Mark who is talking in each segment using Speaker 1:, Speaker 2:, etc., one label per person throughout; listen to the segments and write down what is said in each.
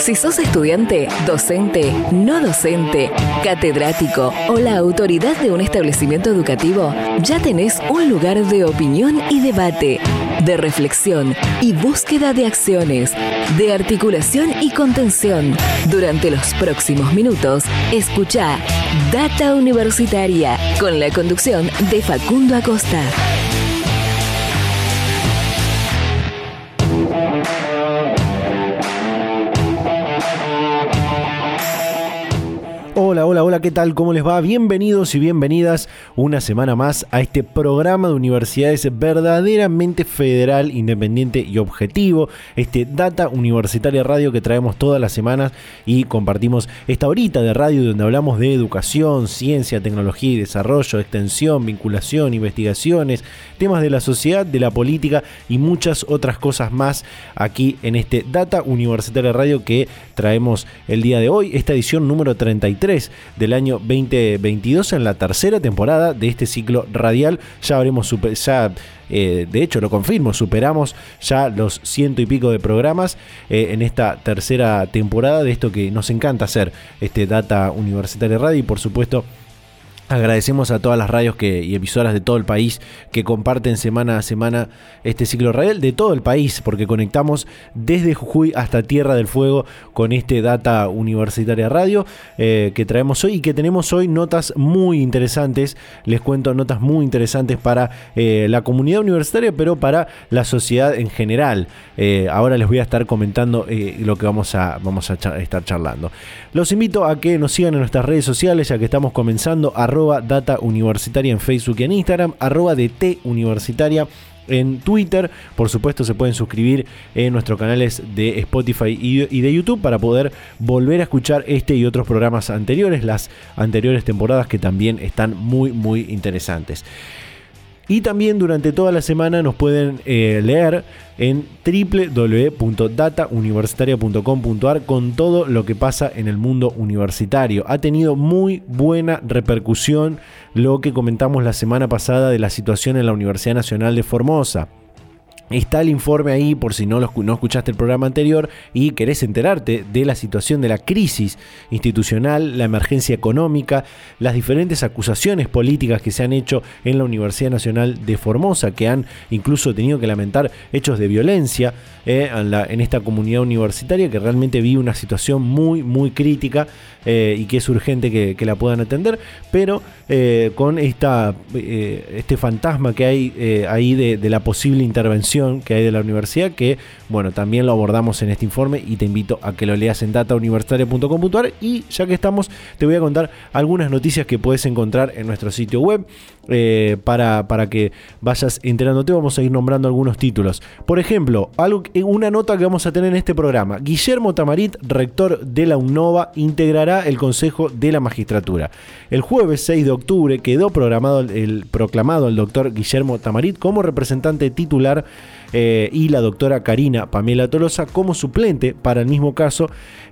Speaker 1: Si sos estudiante, docente, no docente, catedrático o la autoridad de un establecimiento educativo, ya tenés un lugar de opinión y debate, de reflexión y búsqueda de acciones, de articulación y contención. Durante los próximos minutos, escuchá Data Universitaria, con la conducción de Facundo Acosta.
Speaker 2: Hola, ¿qué tal? ¿Cómo les va? Bienvenidos y bienvenidas una semana más a este programa de universidades verdaderamente federal, independiente y objetivo, este Data Universitaria Radio que traemos todas las semanas y compartimos esta horita de radio donde hablamos de educación, ciencia, tecnología y desarrollo, extensión, vinculación, investigaciones, temas de la sociedad, de la política y muchas otras cosas más aquí en este Data Universitaria Radio que traemos el día de hoy, esta edición número 33 del año 2022 en la tercera temporada de este ciclo radial. Ya habremos de hecho lo confirmo, superamos ya los 100 y pico de programas en esta tercera temporada de esto que nos encanta hacer, este Data Universitaria Radio, y por supuesto agradecemos a todas las radios y emisoras de todo el país que comparten semana a semana este ciclo radial de todo el país, porque conectamos desde Jujuy hasta Tierra del Fuego con este Data Universitaria Radio que traemos hoy y que tenemos hoy notas muy interesantes. Les cuento notas muy interesantes para la comunidad universitaria, pero para la sociedad en general. Ahora les voy a estar comentando lo que vamos a estar charlando. Los invito a que nos sigan en nuestras redes sociales, ya que estamos comenzando @Data Universitaria en Facebook y en Instagram, @DT Universitaria en Twitter. Por supuesto se pueden suscribir en nuestros canales de Spotify y de YouTube para poder volver a escuchar este y otros programas anteriores, las anteriores temporadas que también están muy interesantes. Y también durante toda la semana nos pueden leer en www.datauniversitaria.com.ar con todo lo que pasa en el mundo universitario. Ha tenido muy buena repercusión lo que comentamos la semana pasada de la situación en la Universidad Nacional de Formosa. Está el informe ahí por si no escuchaste el programa anterior y querés enterarte de la situación de la crisis institucional, la emergencia económica, las diferentes acusaciones políticas que se han hecho en la Universidad Nacional de Formosa, que han incluso tenido que lamentar hechos de violencia en esta comunidad universitaria, que realmente vive una situación muy crítica y que es urgente que la puedan atender, pero con este fantasma que hay ahí de la posible intervención que hay de la universidad, que bueno, también lo abordamos en este informe y te invito a que lo leas en datauniversitaria.com.ar. y ya que estamos, te voy a contar algunas noticias que puedes encontrar en nuestro sitio web para que vayas enterándote. Vamos a ir nombrando algunos títulos. Por ejemplo, una nota que vamos a tener en este programa: Guillermo Tamarit, rector de la UNOVA, integrará el Consejo de la Magistratura. El jueves 6 de octubre quedó proclamado el doctor Guillermo Tamarit como representante titular y la doctora Karina Pamela Tolosa como suplente para el mismo caso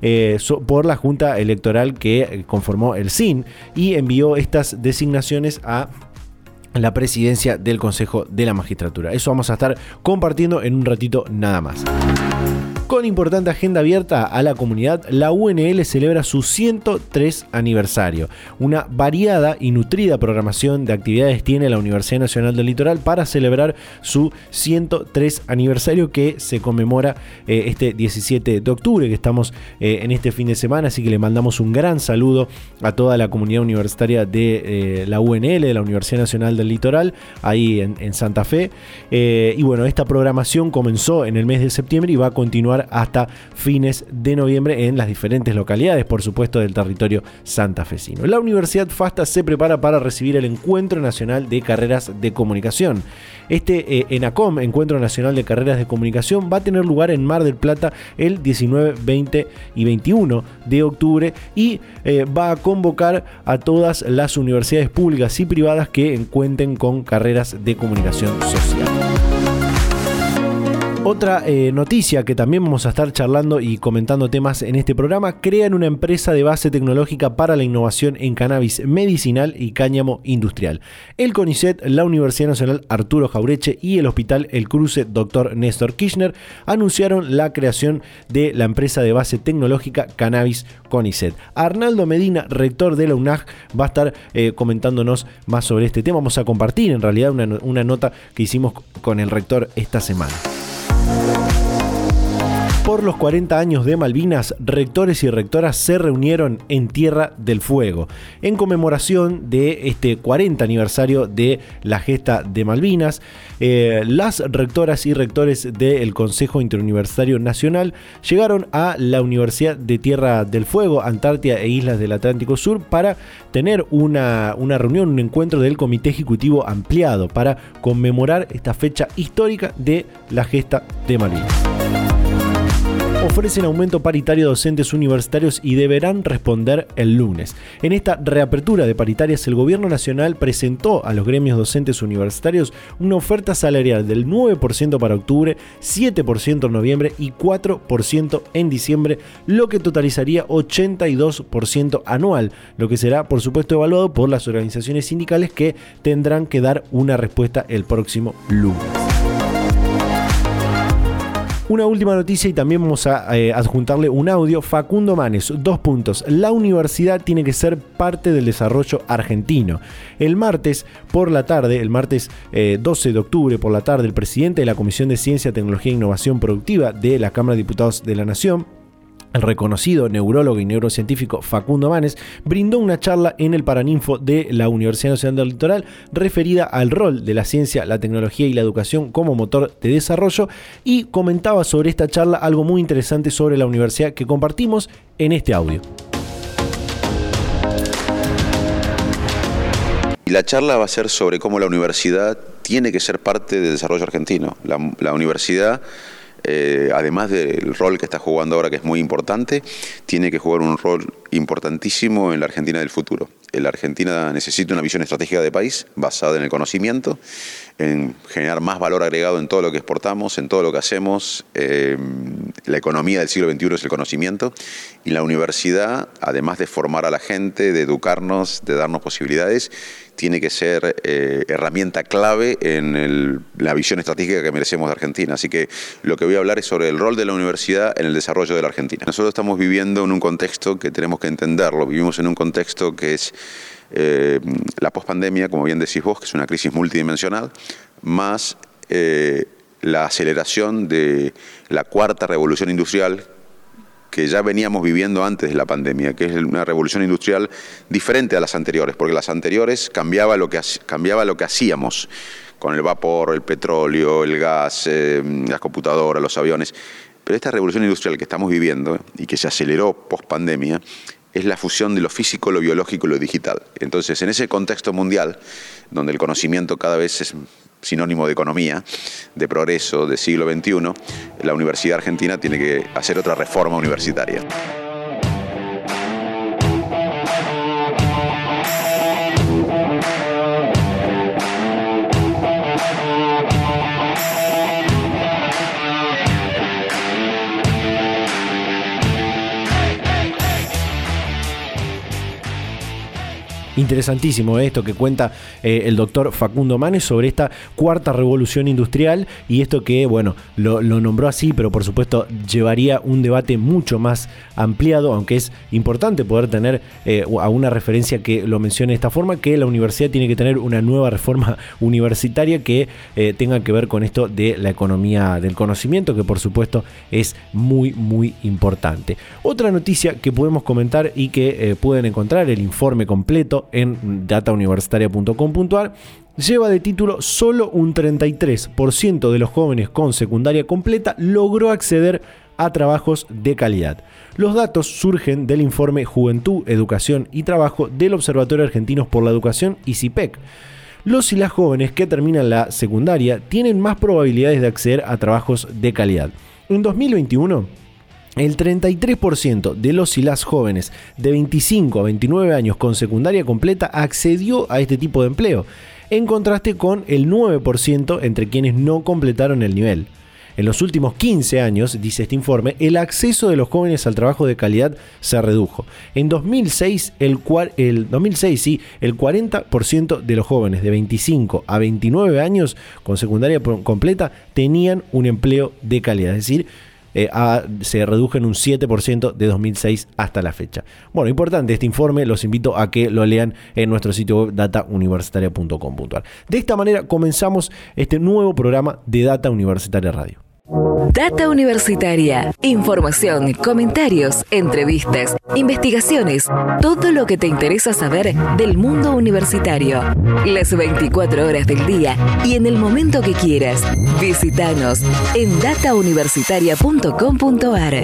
Speaker 2: por la Junta Electoral que conformó el CIN, y envió estas designaciones a la presidencia del Consejo de la Magistratura. Eso vamos a estar compartiendo en un ratito nada más. Con importante agenda abierta a la comunidad, la UNL celebra su 103 aniversario. Una variada y nutrida programación de actividades tiene la Universidad Nacional del Litoral para celebrar su 103 aniversario, que se conmemora este 17 de octubre, que estamos en este fin de semana. Así que le mandamos un gran saludo a toda la comunidad universitaria de la UNL, de la Universidad Nacional del Litoral, ahí en Santa Fe. Y bueno, esta programación comenzó en el mes de septiembre y va a continuar hasta fines de noviembre en las diferentes localidades, por supuesto, del territorio santafesino. La Universidad FASTA se prepara para recibir el Encuentro Nacional de Carreras de Comunicación. Este ENACOM, Encuentro Nacional de Carreras de Comunicación, va a tener lugar en Mar del Plata el 19, 20 y 21 de octubre y va a convocar a todas las universidades públicas y privadas que cuenten con carreras de comunicación social. Otra noticia que también vamos a estar charlando y comentando temas en este programa: crean una empresa de base tecnológica para la innovación en cannabis medicinal y cáñamo industrial. El CONICET, la Universidad Nacional Arturo Jaureche y el Hospital El Cruce Dr. Néstor Kirchner anunciaron la creación de la empresa de base tecnológica Cannabis CONICET. Arnaldo Medina, rector de la UNAG, va a estar comentándonos más sobre este tema. Vamos a compartir en realidad una nota que hicimos con el rector esta semana. Por los 40 años de Malvinas, rectores y rectoras se reunieron en Tierra del Fuego en conmemoración de este 40 aniversario de la gesta de Malvinas. Las rectoras y rectores del Consejo Interuniversitario Nacional llegaron a la Universidad de Tierra del Fuego, Antártida e Islas del Atlántico Sur para tener una reunión, un encuentro del Comité Ejecutivo Ampliado para conmemorar esta fecha histórica de la gesta de Malvinas. Ofrecen aumento paritario a docentes universitarios y deberán responder el lunes. En esta reapertura de paritarias, el Gobierno Nacional presentó a los gremios docentes universitarios una oferta salarial del 9% para octubre, 7% en noviembre y 4% en diciembre, lo que totalizaría 82% anual, lo que será, por supuesto, evaluado por las organizaciones sindicales, que tendrán que dar una respuesta el próximo lunes. Una última noticia y también vamos a adjuntarle un audio. Facundo Manes, 2 puntos. La universidad tiene que ser parte del desarrollo argentino. El martes por la tarde, el martes 12 de octubre por la tarde, el presidente de la Comisión de Ciencia, Tecnología e Innovación Productiva de la Cámara de Diputados de la Nación, el reconocido neurólogo y neurocientífico Facundo Manes, brindó una charla en el Paraninfo de la Universidad Nacional del Litoral referida al rol de la ciencia, la tecnología y la educación como motor de desarrollo, y comentaba sobre esta charla algo muy interesante sobre la universidad que compartimos en este audio.
Speaker 3: Y la charla va a ser sobre cómo la universidad tiene que ser parte del desarrollo argentino. La universidad, además del rol que está jugando ahora, que es muy importante, tiene que jugar un rol importantísimo en la Argentina del futuro. La Argentina necesita una visión estratégica de país basada en el conocimiento, en generar más valor agregado en todo lo que exportamos, en todo lo que hacemos. La economía del siglo XXI es el conocimiento, y la universidad, además de formar a la gente, de educarnos, de darnos posibilidades, tiene que ser herramienta clave en la visión estratégica que merecemos de Argentina. Así que lo que voy a hablar es sobre el rol de la universidad en el desarrollo de la Argentina. Nosotros estamos viviendo en un contexto que tenemos que entenderlo. Vivimos en un contexto que es la pospandemia, como bien decís vos, que es una crisis multidimensional, más la aceleración de la cuarta revolución industrial que ya veníamos viviendo antes de la pandemia, que es una revolución industrial diferente a las anteriores, porque las anteriores cambiaba lo que hacíamos con el vapor, el petróleo, el gas, las computadoras, los aviones. Pero esta revolución industrial que estamos viviendo y que se aceleró post pandemia es la fusión de lo físico, lo biológico y lo digital. Entonces, en ese contexto mundial, donde el conocimiento cada vez es sinónimo de economía, de progreso, de siglo XXI, la Universidad Argentina tiene que hacer otra reforma universitaria.
Speaker 2: Interesantísimo esto que cuenta el doctor Facundo Manes sobre esta cuarta revolución industrial, y esto que, bueno, lo nombró así, pero por supuesto llevaría un debate mucho más ampliado, aunque es importante poder tener a una referencia que lo mencione de esta forma, que la universidad tiene que tener una nueva reforma universitaria que tenga que ver con esto de la economía del conocimiento, que por supuesto es muy, muy importante. Otra noticia que podemos comentar y que pueden encontrar el informe completo en datauniversitaria.com.ar lleva de título: solo un 33% de los jóvenes con secundaria completa logró acceder a trabajos de calidad. Los datos surgen del informe Juventud, Educación y Trabajo del Observatorio Argentinos por la Educación, ICIPEC. Los y las jóvenes que terminan la secundaria tienen más probabilidades de acceder a trabajos de calidad. En 2021, el 33% de los y las jóvenes de 25 a 29 años con secundaria completa accedió a este tipo de empleo, en contraste con el 9% entre quienes no completaron el nivel. En los últimos 15 años, dice este informe, el acceso de los jóvenes al trabajo de calidad se redujo. En 2006, el 40% de los jóvenes de 25 a 29 años con secundaria completa tenían un empleo de calidad, es decir, se redujo en un 7% de 2006 hasta la fecha. Bueno, importante este informe, los invito a que lo lean en nuestro sitio web datauniversitaria.com.ar. De esta manera comenzamos este nuevo programa de Data Universitaria Radio.
Speaker 1: Data Universitaria. Información, comentarios, entrevistas, investigaciones, todo lo que te interesa saber del mundo universitario. Las 24 horas del día y en el momento que quieras. Visítanos en datauniversitaria.com.ar.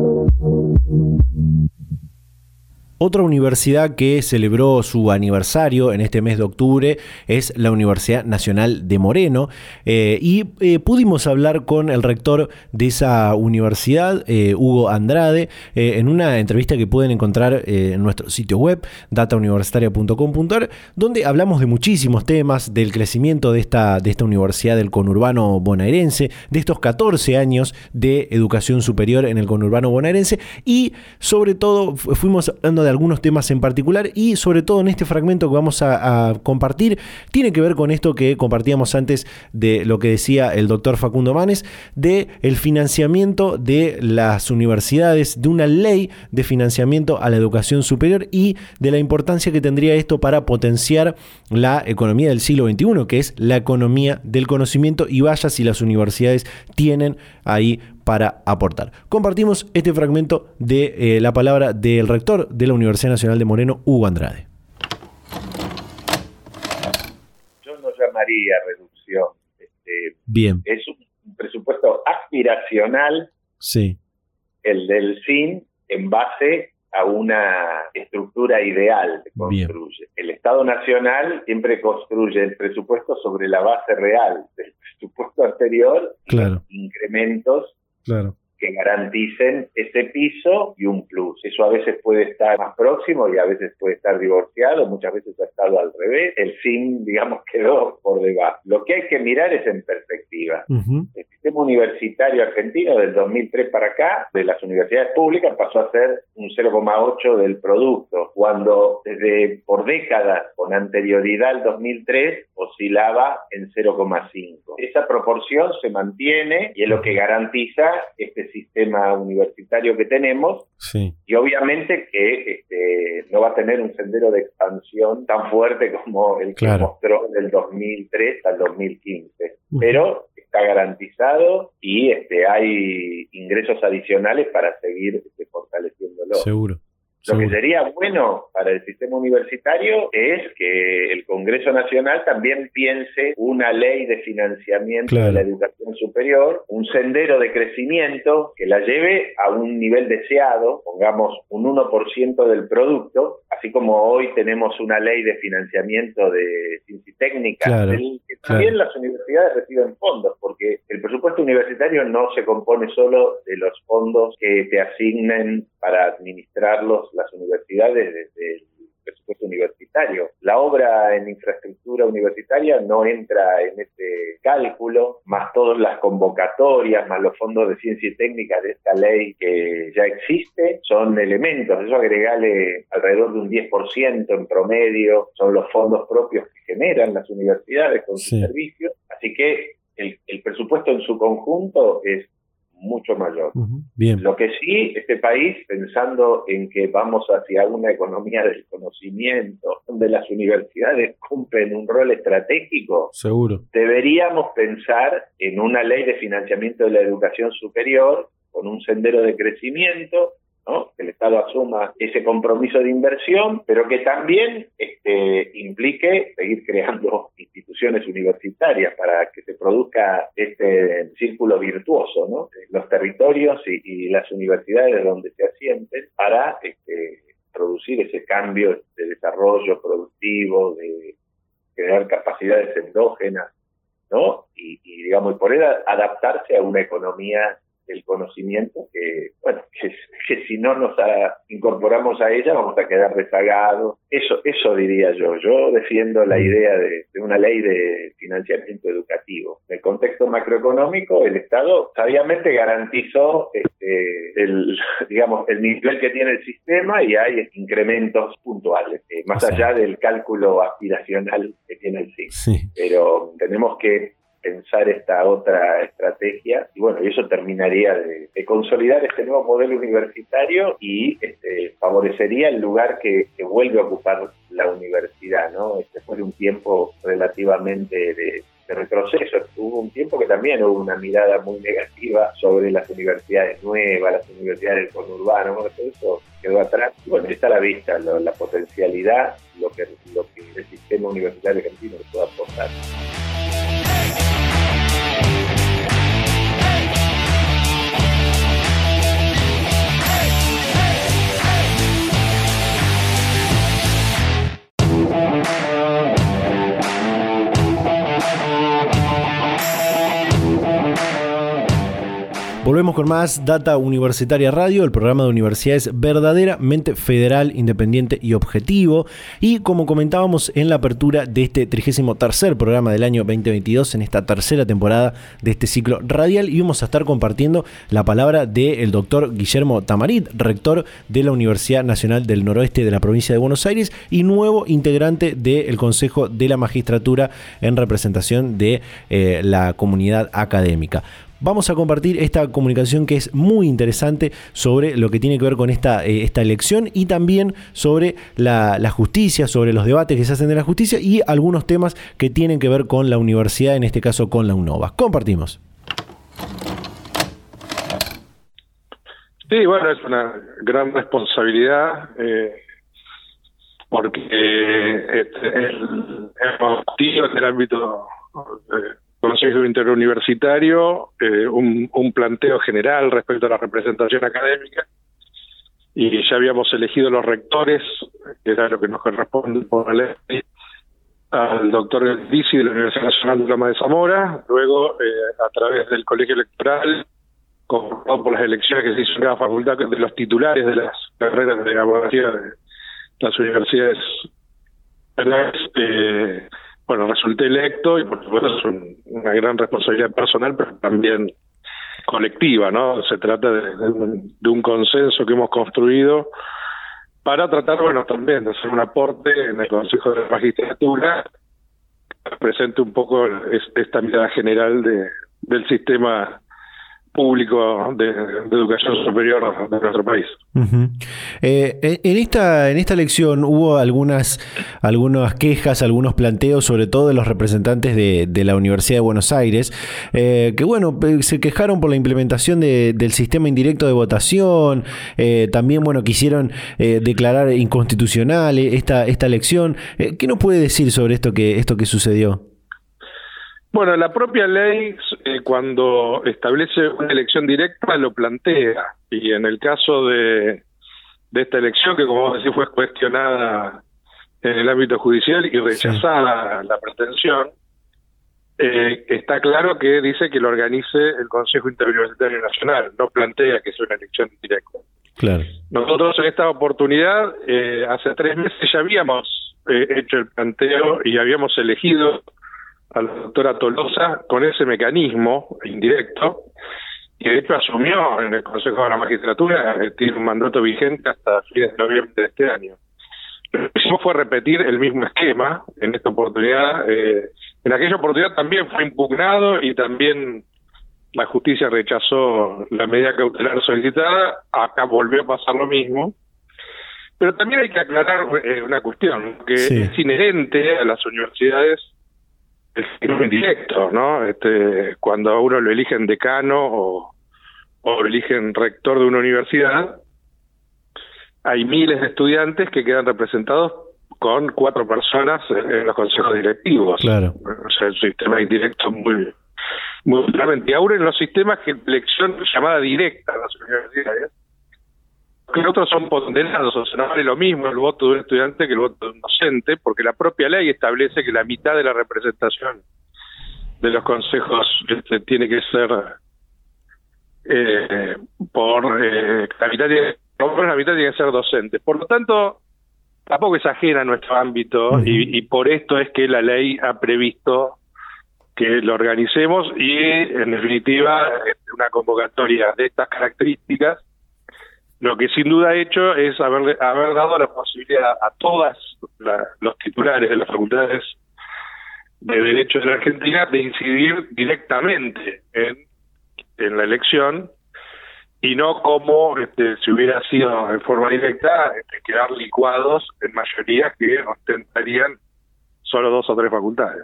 Speaker 2: Otra universidad que celebró su aniversario en este mes de octubre es la Universidad Nacional de Moreno, y pudimos hablar con el rector de esa universidad, Hugo Andrade, en una entrevista que pueden encontrar en nuestro sitio web, datauniversitaria.com.ar, donde hablamos de muchísimos temas, del crecimiento de esta universidad del conurbano bonaerense, de estos 14 años de educación superior en el conurbano bonaerense, y sobre todo fuimos hablando de algunos temas en particular, y sobre todo en este fragmento que vamos a compartir tiene que ver con esto que compartíamos antes de lo que decía el doctor Facundo Manes, de el financiamiento de las universidades, de una ley de financiamiento a la educación superior y de la importancia que tendría esto para potenciar la economía del siglo XXI, que es la economía del conocimiento, y vaya si las universidades tienen ahí para aportar. Compartimos este fragmento de la palabra del rector de la Universidad Nacional de Moreno, Hugo Andrade.
Speaker 4: Yo no llamaría reducción.
Speaker 2: Bien.
Speaker 4: Es un presupuesto aspiracional,
Speaker 2: sí,
Speaker 4: el del CIN, en base a una estructura ideal que construye. Bien. El Estado Nacional siempre construye el presupuesto sobre la base real del presupuesto anterior,
Speaker 2: claro,
Speaker 4: incrementos,
Speaker 2: claro,
Speaker 4: que garanticen ese piso y un plus. Eso a veces puede estar más próximo y a veces puede estar divorciado, muchas veces ha estado al revés. El fin, digamos, quedó por debajo. Lo que hay que mirar es en perspectiva.
Speaker 2: Uh-huh.
Speaker 4: El sistema universitario argentino del 2003 para acá, de las universidades públicas, pasó a ser un 0,8 del producto, cuando desde por décadas, con anterioridad al 2003, oscilaba en 0,5. Esa proporción se mantiene y es lo que garantiza este sistema universitario que tenemos,
Speaker 2: sí,
Speaker 4: y obviamente que no va a tener un sendero de expansión tan fuerte como el que mostró del 2003 al 2015, pero está garantizado y hay ingresos adicionales para seguir fortaleciéndolo.
Speaker 2: Seguro.
Speaker 4: Lo que sería bueno para el sistema universitario es que el Congreso Nacional también piense una ley de financiamiento de la educación superior, un sendero de crecimiento que la lleve a un nivel deseado, pongamos un 1% del producto, así como hoy tenemos una ley de financiamiento de ciencia y técnica, del que también las universidades reciben fondos, porque el presupuesto universitario no se compone solo de los fondos que te asignen para administrarlos las universidades desde el presupuesto universitario. La obra en infraestructura universitaria no entra en este cálculo, más todas las convocatorias, más los fondos de ciencia y técnica de esta ley que ya existe, son elementos. Eso agregale alrededor de un 10% en promedio, son los fondos propios que generan las universidades con sus servicios. Así que el presupuesto en su conjunto es mucho mayor.
Speaker 2: Bien.
Speaker 4: Lo que sí, este país, pensando en que vamos hacia una economía del conocimiento, donde las universidades cumplen un rol estratégico,
Speaker 2: seguro,
Speaker 4: deberíamos pensar en una ley de financiamiento de la educación superior con un sendero de crecimiento, ¿no? Que el Estado asuma ese compromiso de inversión, pero que también implique seguir creando instituciones universitarias para que se produzca este círculo virtuoso, ¿no? Los territorios y las universidades donde se asienten para producir ese cambio de desarrollo productivo, de crear capacidades endógenas, ¿no? Y digamos, y poder adaptarse a una economía del conocimiento que que si no nos incorporamos a ella vamos a quedar rezagados. Eso diría yo. Yo defiendo la idea de una ley de financiamiento educativo. En el contexto macroeconómico, el Estado sabiamente garantizó el nivel que tiene el sistema y hay incrementos puntuales, más allá del cálculo aspiracional que tiene el SIC.
Speaker 2: Sí.
Speaker 4: Pero tenemos que pensar esta otra estrategia y bueno, y eso terminaría de consolidar este nuevo modelo universitario y favorecería el lugar que vuelve a ocupar la universidad, ¿no? Después de un tiempo relativamente de retroceso. Hubo un tiempo que también hubo una mirada muy negativa sobre las universidades nuevas, las universidades del conurbano, bueno, todo eso quedó atrás. Y bueno, está a la vista la potencialidad, lo que el sistema universitario argentino puede aportar.
Speaker 2: Volvemos con más Data Universitaria Radio, el programa de universidades verdaderamente federal, independiente y objetivo. Y como comentábamos en la apertura de este 33º programa del año 2022, en esta tercera temporada de este ciclo radial, íbamos a estar compartiendo la palabra del doctor Guillermo Tamarit, rector de la Universidad Nacional del Noroeste de la provincia de Buenos Aires y nuevo integrante del Consejo de la Magistratura en representación de la comunidad académica. Vamos a compartir esta comunicación que es muy interesante sobre lo que tiene que ver con esta elección y también sobre la justicia, sobre los debates que se hacen de la justicia y algunos temas que tienen que ver con la universidad, en este caso con la UNOVA. Compartimos.
Speaker 5: Sí, bueno, es una gran responsabilidad porque el motivo en el ámbito Consejo Interuniversitario, un planteo general respecto a la representación académica, y ya habíamos elegido los rectores, que era lo que nos corresponde por la ley, al doctor Disi de la Universidad Nacional de Loma de Zamora, luego a través del colegio electoral, conformado por las elecciones que se hizo en cada facultad de los titulares de las carreras de abogacía de las universidades federales, bueno, resulté electo y por supuesto es una gran responsabilidad personal, pero también colectiva, ¿no? Se trata de un consenso que hemos construido para tratar, bueno, también de hacer un aporte en el Consejo de la Magistratura que presente un poco esta mirada general del sistema público de educación superior de nuestro país.
Speaker 2: Uh-huh. En esta elección hubo algunas quejas, algunos planteos, sobre todo de los representantes de la Universidad de Buenos Aires, que bueno, se quejaron por la implementación del sistema indirecto de votación, también bueno, quisieron declarar inconstitucional esta elección. ¿Qué nos puede decir sobre esto que sucedió?
Speaker 5: Bueno, la propia ley, cuando establece una elección directa, lo plantea. Y en el caso de esta elección, que como vos decís fue cuestionada en el ámbito judicial y rechazada la pretensión, está claro que dice que lo organice el Consejo Interuniversitario Nacional, no plantea que sea una elección directa.
Speaker 2: Claro.
Speaker 5: Nosotros en esta oportunidad, hace 3 meses ya habíamos hecho el planteo y habíamos elegido a la doctora Tolosa con ese mecanismo indirecto, y de hecho asumió en el Consejo de la Magistratura, tiene un mandato vigente hasta fines de noviembre de este año. Lo que hicimos fue repetir el mismo esquema en esta oportunidad. En aquella oportunidad también fue impugnado y también la justicia rechazó la medida cautelar solicitada. Acá volvió a pasar lo mismo. Pero también hay que aclarar una cuestión, que es inherente a las universidades el sistema indirecto, ¿no? Cuando a uno lo eligen decano o lo eligen rector de una universidad, hay miles de estudiantes que quedan representados con 4 personas en los consejos directivos. Claro. O sea, el sistema indirecto muy claramente. Y ahora en los sistemas de elección llamada directa a las universidades, que otros son ponderados, o sea, no vale lo mismo el voto de un estudiante que el voto de un docente, porque la propia ley establece que la mitad de la representación de los consejos tiene que ser la mitad tiene que ser docente. Por lo tanto, tampoco es ajena a nuestro ámbito, y por esto es que la ley ha previsto que lo organicemos, y en definitiva una convocatoria de estas características lo que sin duda ha hecho es haber dado la posibilidad a todas los titulares de las facultades de Derecho de la Argentina de incidir directamente en la elección, y no como si hubiera sido en forma directa, quedar licuados en mayorías que ostentarían solo 2 o 3 facultades.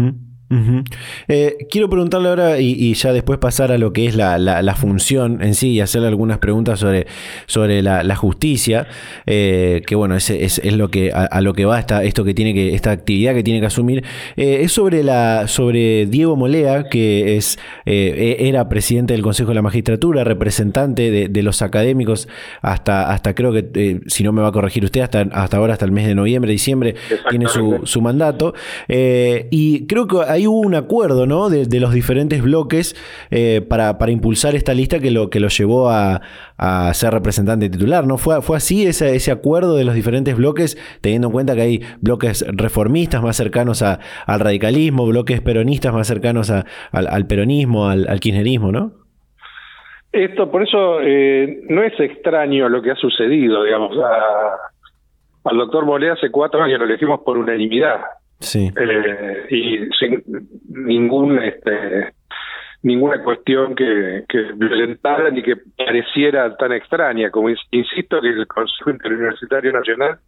Speaker 2: Quiero preguntarle ahora, y ya después pasar a lo que es la función en sí, y hacerle algunas preguntas sobre la justicia, que bueno, es lo que a lo que va esta actividad que tiene que asumir. Es sobre Diego Molea, que era presidente del Consejo de la Magistratura, representante de los académicos hasta creo que, si no me va a corregir usted, hasta ahora, hasta el mes de noviembre, diciembre, tiene su mandato, y creo que ahí hubo un acuerdo, ¿no?, de los diferentes bloques para impulsar esta lista que lo llevó a ser representante titular, ¿no? ¿Fue así ese acuerdo de los diferentes bloques, teniendo en cuenta que hay bloques reformistas más cercanos al radicalismo, bloques peronistas más cercanos al peronismo, al kirchnerismo, ¿no?
Speaker 5: Por eso no es extraño lo que ha sucedido, digamos. Al doctor Molea hace 4 años lo elegimos por unanimidad.
Speaker 2: Sí.
Speaker 5: Y sin ninguna cuestión que violentara ni que pareciera tan extraña. Como insisto, que el Consejo Interuniversitario Nacional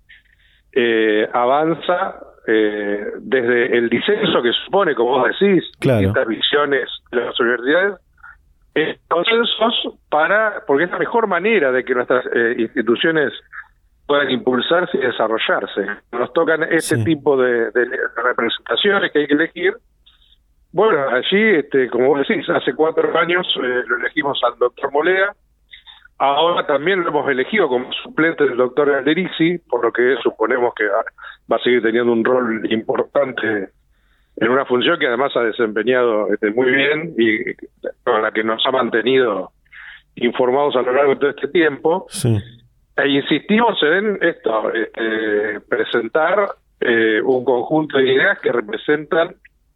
Speaker 5: avanza desde el disenso que supone, como vos decís,
Speaker 2: claro,
Speaker 5: estas visiones de las universidades, consensos porque es la mejor manera de que nuestras instituciones puedan impulsarse y desarrollarse. Nos tocan tipo de representaciones que hay que elegir. Bueno, allí, como vos decís, hace 4 años lo elegimos al doctor Molea. Ahora también lo hemos elegido como suplente del doctor Alderici, por lo que suponemos que va a seguir teniendo un rol importante en una función que además ha desempeñado muy bien y con la que nos ha mantenido informados a lo largo de todo este tiempo.
Speaker 2: Sí.
Speaker 5: E insistimos en esto, presentar un conjunto de ideas que representan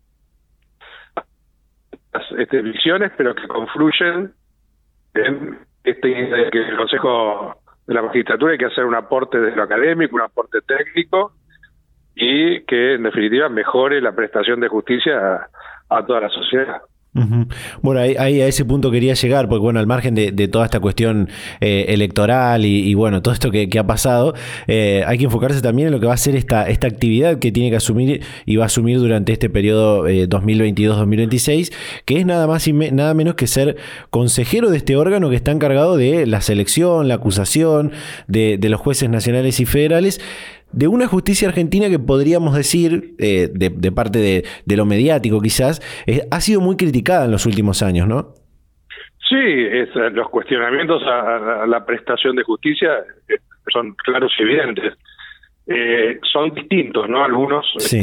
Speaker 5: las visiones, pero que confluyen en idea de que el Consejo de la Magistratura hay que hacer un aporte desde lo académico, un aporte técnico, y que en definitiva mejore la prestación de justicia a toda la sociedad.
Speaker 2: Bueno, ahí a ese punto quería llegar, porque bueno, al margen de toda esta cuestión electoral y bueno, todo esto que ha pasado, hay que enfocarse también en lo que va a ser esta actividad que tiene que asumir y va a asumir durante este periodo 2022-2026, que es nada más y nada menos que ser consejero de este órgano que está encargado de la selección, la acusación de los jueces nacionales y federales, de una justicia argentina que podríamos decir, de parte de lo mediático quizás, ha sido muy criticada en los últimos años, ¿no?
Speaker 5: Sí, los cuestionamientos a la prestación de justicia son claros y evidentes. Son distintos, ¿no? Algunos
Speaker 2: sí,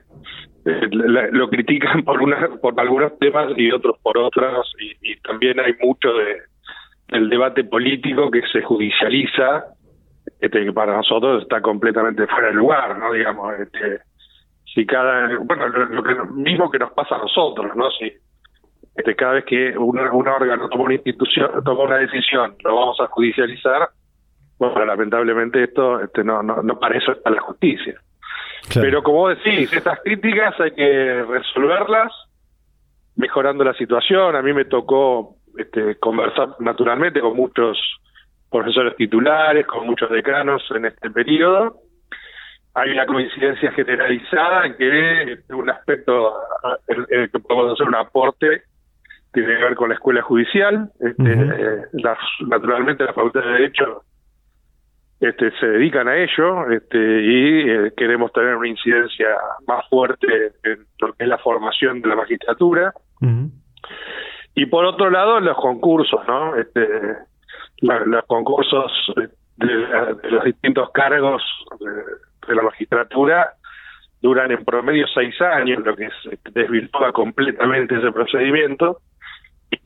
Speaker 5: lo critican por algunos temas y otros por otros, y también hay mucho del debate político que se judicializa, que para nosotros está completamente fuera de lugar, ¿no? Digamos, si lo mismo que nos pasa a nosotros, ¿no? Si cada vez que un órgano toma una decisión, lo vamos a judicializar, bueno, lamentablemente esto no para eso está la justicia. Claro. Pero como vos decís, estas críticas hay que resolverlas mejorando la situación. A mí me tocó conversar naturalmente con muchos profesores titulares, con muchos decanos en este periodo. Hay una coincidencia generalizada en que un aspecto que podemos hacer un aporte tiene que ver con la escuela judicial. Naturalmente la Facultad de Derecho se dedican a ello, y queremos tener una incidencia más fuerte en lo que es la formación de la magistratura. Y por otro lado, los concursos, ¿no? Los concursos de los distintos cargos de la magistratura duran en promedio 6 años, lo que desvirtúa completamente ese procedimiento, y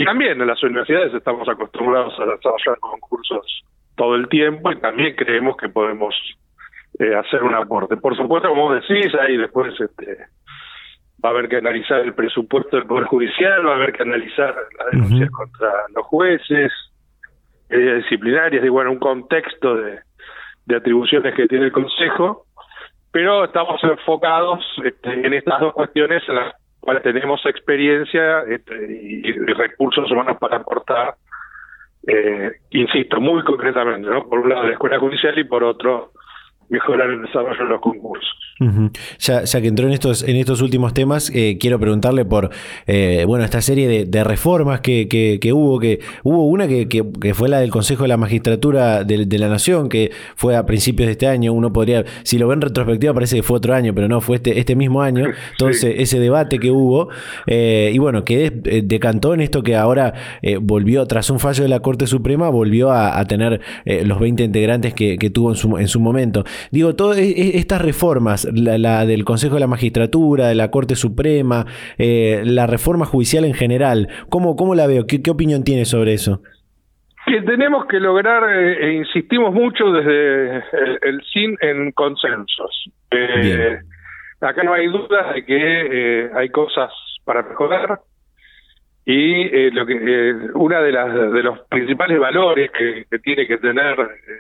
Speaker 5: Y también en las universidades estamos acostumbrados a desarrollar concursos todo el tiempo y también creemos que podemos hacer un aporte. Por supuesto, como vos decís, ahí después va a haber que analizar el presupuesto del Poder Judicial, va a haber que analizar las denuncias contra los jueces, disciplinarias, digo, bueno, un contexto de atribuciones que tiene el Consejo, pero estamos enfocados en estas dos cuestiones en las cuales tenemos experiencia y recursos humanos para aportar, insisto, muy concretamente, ¿no? Por un lado la Escuela Judicial y por otro mejorar el desarrollo de los concursos.
Speaker 2: Ya que entró en estos últimos temas, quiero preguntarle por esta serie de reformas que hubo una que fue la del Consejo de la Magistratura de la Nación, que fue a principios de este año. Uno podría, si lo ven en retrospectiva, parece que fue otro año, pero no, fue este mismo año. Entonces, ese debate que hubo, que decantó en esto que ahora volvió, tras un fallo de la Corte Suprema, volvió a tener los 20 integrantes que tuvo en su momento. Digo, todas estas reformas, la del Consejo de la Magistratura, de la Corte Suprema, la reforma judicial en general, ¿cómo la veo? ¿Qué opinión tiene sobre eso?
Speaker 5: Que tenemos que lograr, insistimos mucho desde el CIN en consensos. Acá no hay dudas de que hay cosas para mejorar y una de los principales valores que tiene que tener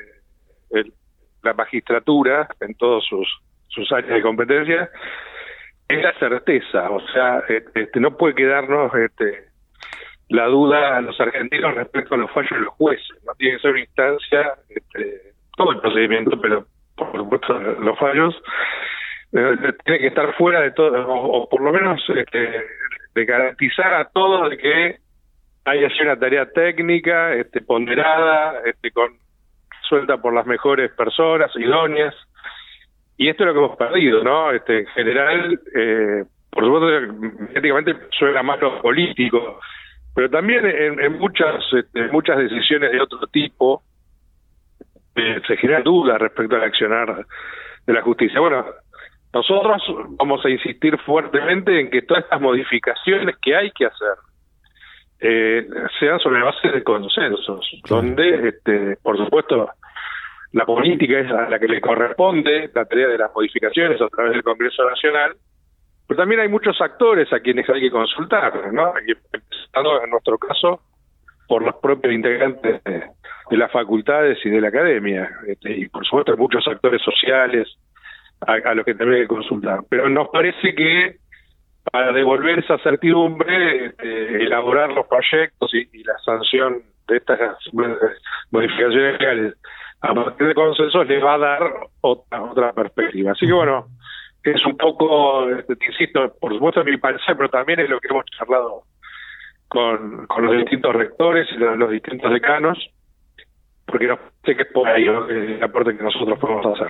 Speaker 5: la magistratura en todos sus áreas de competencia es la certeza. O sea, no puede quedarnos la duda a los argentinos respecto a los fallos de los jueces. No tiene que ser una instancia, todo el procedimiento, pero por supuesto los fallos tiene que estar fuera de todo, o por lo menos de garantizar a todos de que haya sido una tarea técnica, ponderada, suelta por las mejores personas, idóneas, y esto es lo que hemos perdido, ¿no? En general, por supuesto, mediáticamente suena más lo político, pero también en muchas decisiones de otro tipo se generan dudas respecto al accionar de la justicia. Bueno, nosotros vamos a insistir fuertemente en que todas estas modificaciones que hay que hacer sean sobre la base de consensos, donde, por supuesto, la política es a la que le corresponde la tarea de las modificaciones a través del Congreso Nacional, pero también hay muchos actores a quienes hay que consultar, ¿no? Empezando en nuestro caso por los propios integrantes de las facultades y de la academia, y por supuesto hay muchos actores sociales a los que también hay que consultar. Pero nos parece que para devolver esa certidumbre, elaborar los proyectos y la sanción de estas modificaciones legales a partir de consensos les va a dar otra perspectiva. Así que bueno, es un poco, te insisto, por supuesto es mi parecer, pero también es lo que hemos charlado con los distintos rectores y los distintos decanos, porque nos parece que es por ahí, ¿no?, el aporte que nosotros podemos hacer.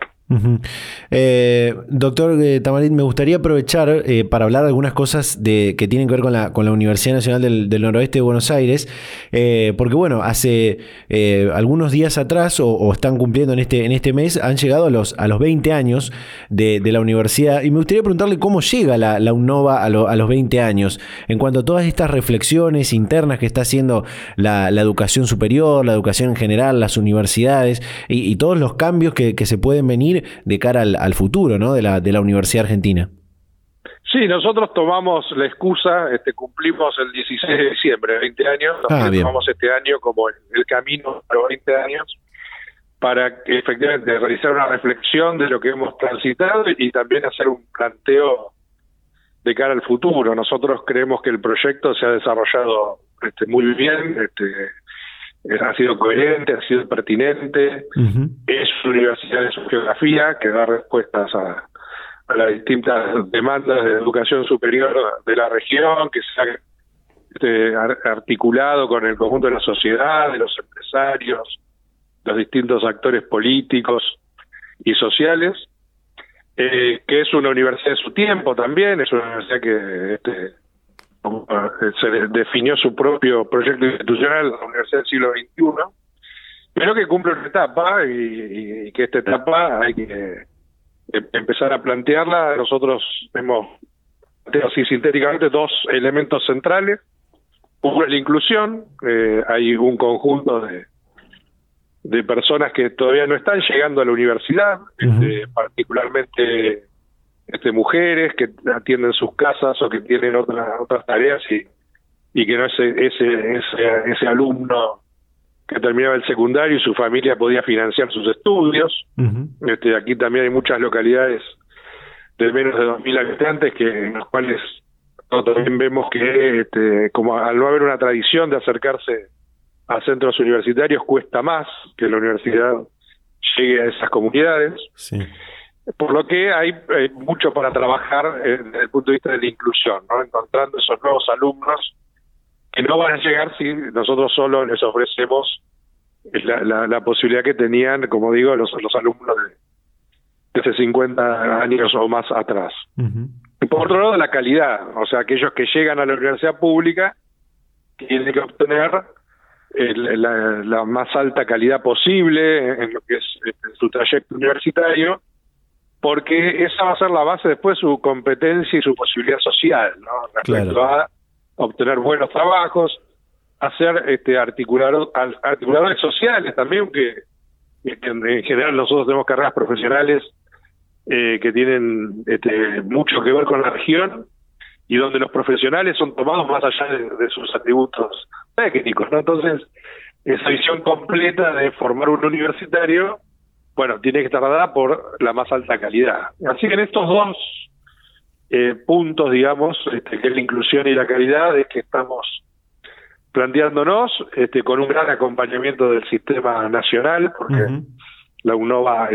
Speaker 2: Doctor Tamarit, me gustaría aprovechar para hablar de algunas cosas que tienen que ver con la Universidad Nacional del Noroeste de Buenos Aires, porque bueno, hace algunos días atrás, o están cumpliendo en este mes, han llegado a los 20 años de la universidad, y me gustaría preguntarle cómo llega la UNNOVA a los 20 años, en cuanto a todas estas reflexiones internas que está haciendo la educación superior, la educación en general, las universidades, y todos los cambios que se pueden venir de cara al futuro, ¿no?, de la Universidad Argentina.
Speaker 5: Sí, nosotros tomamos la excusa, cumplimos el 16 de diciembre, 20 años, tomamos este año como el camino a los 20 años, para efectivamente realizar una reflexión de lo que hemos transitado y también hacer un planteo de cara al futuro. Nosotros creemos que el proyecto se ha desarrollado muy bien, ha sido coherente, ha sido pertinente, es una universidad de su geografía que da respuestas a las distintas demandas de educación superior de la región, que se ha articulado con el conjunto de la sociedad, de los empresarios, los distintos actores políticos y sociales, que es una universidad de su tiempo también, es una universidad que se definió su propio proyecto institucional, la Universidad del Siglo XXI, pero que cumple una etapa y que esta etapa hay que empezar a plantearla. Nosotros hemos planteado así sintéticamente dos elementos centrales. Uno es la inclusión, hay un conjunto de personas que todavía no están llegando a la universidad, particularmente mujeres que atienden sus casas o que tienen otras tareas y que no es ese alumno que terminaba el secundario y su familia podía financiar sus estudios. Aquí también hay muchas localidades de menos de 2.000 habitantes en los cuales también vemos que como al no haber una tradición de acercarse a centros universitarios, cuesta más que la universidad llegue a esas comunidades.
Speaker 2: Sí.
Speaker 5: Por lo que hay mucho para trabajar desde el punto de vista de la inclusión, ¿no? Encontrando esos nuevos alumnos que no van a llegar si nosotros solo les ofrecemos la posibilidad que tenían, como digo, los alumnos de hace 50 años o más atrás. Y por otro lado, la calidad, o sea, aquellos que llegan a la universidad pública tienen que obtener la más alta calidad posible en lo que es su trayecto universitario, porque esa va a ser la base después de su competencia y su posibilidad social, ¿no? Respecto a obtener buenos trabajos, a ser articuladores sociales también, que en general nosotros tenemos carreras profesionales que tienen mucho que ver con la región y donde los profesionales son tomados más allá de sus atributos técnicos, ¿no? Entonces, esa visión completa de formar un universitario, bueno, tiene que estar dada por la más alta calidad. Así que en estos dos puntos, digamos, que es la inclusión y la calidad, es que estamos planteándonos con un gran acompañamiento del sistema nacional, porque la UNOVA,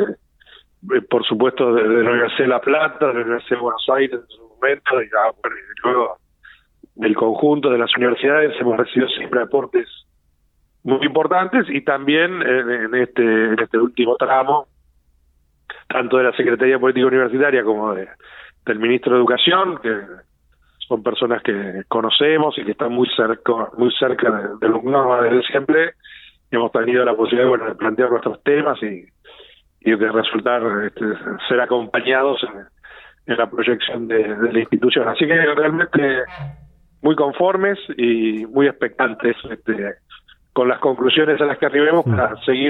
Speaker 5: por supuesto, de la Universidad de La Plata, de la Universidad de Buenos Aires en su momento, y luego del conjunto de las universidades hemos recibido siempre aportes muy importantes, y también en este último tramo, tanto de la Secretaría de Política Universitaria como del Ministro de Educación, que son personas que conocemos y que están muy cerca de los UNOVA desde siempre, hemos tenido la posibilidad de plantear nuestros temas y de resultar ser acompañados en la proyección de la institución. Así que realmente muy conformes y muy expectantes con las conclusiones a las que arribemos para seguir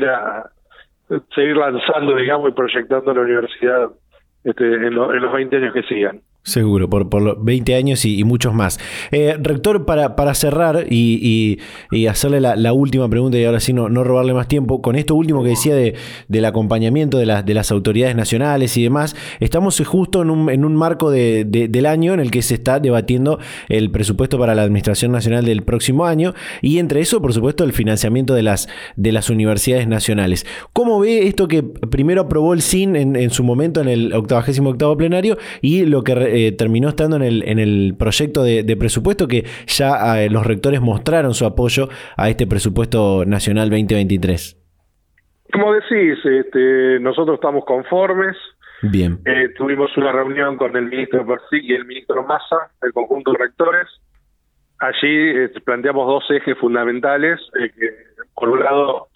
Speaker 5: lanzando, digamos, y proyectando la universidad en los 20 años que sigan.
Speaker 2: Seguro, por los 20 años y muchos más. Rector, para cerrar y hacerle la última pregunta y ahora sí no robarle más tiempo, con esto último que decía del acompañamiento de las autoridades nacionales y demás, estamos justo en un marco del año en el que se está debatiendo el presupuesto para la Administración Nacional del próximo año y entre eso, por supuesto, el financiamiento de las universidades nacionales. ¿Cómo ve esto que primero aprobó el CIN en su momento en el 88º plenario y lo que terminó estando en el proyecto de presupuesto que ya los rectores mostraron su apoyo a este presupuesto nacional 2023?
Speaker 5: Como decís, nosotros estamos conformes.
Speaker 2: Bien.
Speaker 5: Tuvimos una reunión con el ministro Persic y el ministro Massa, el conjunto de rectores. Allí planteamos dos ejes fundamentales, que por un lado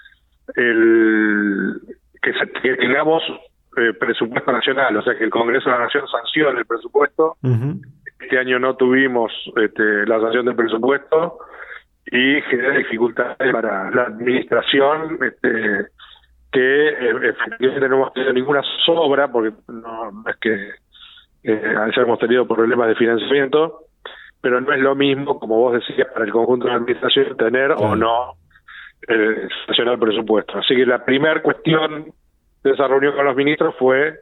Speaker 5: que tengamos presupuesto nacional, o sea que el Congreso de la Nación sancione el presupuesto. Este año no tuvimos la sanción del presupuesto y genera dificultades para la administración, que efectivamente no hemos tenido ninguna sobra, porque no es que hayamos tenido problemas de financiamiento, pero no es lo mismo, como vos decías, para el conjunto de la administración tener o no sancionar el presupuesto. Así que la primera cuestión de esa reunión con los ministros fue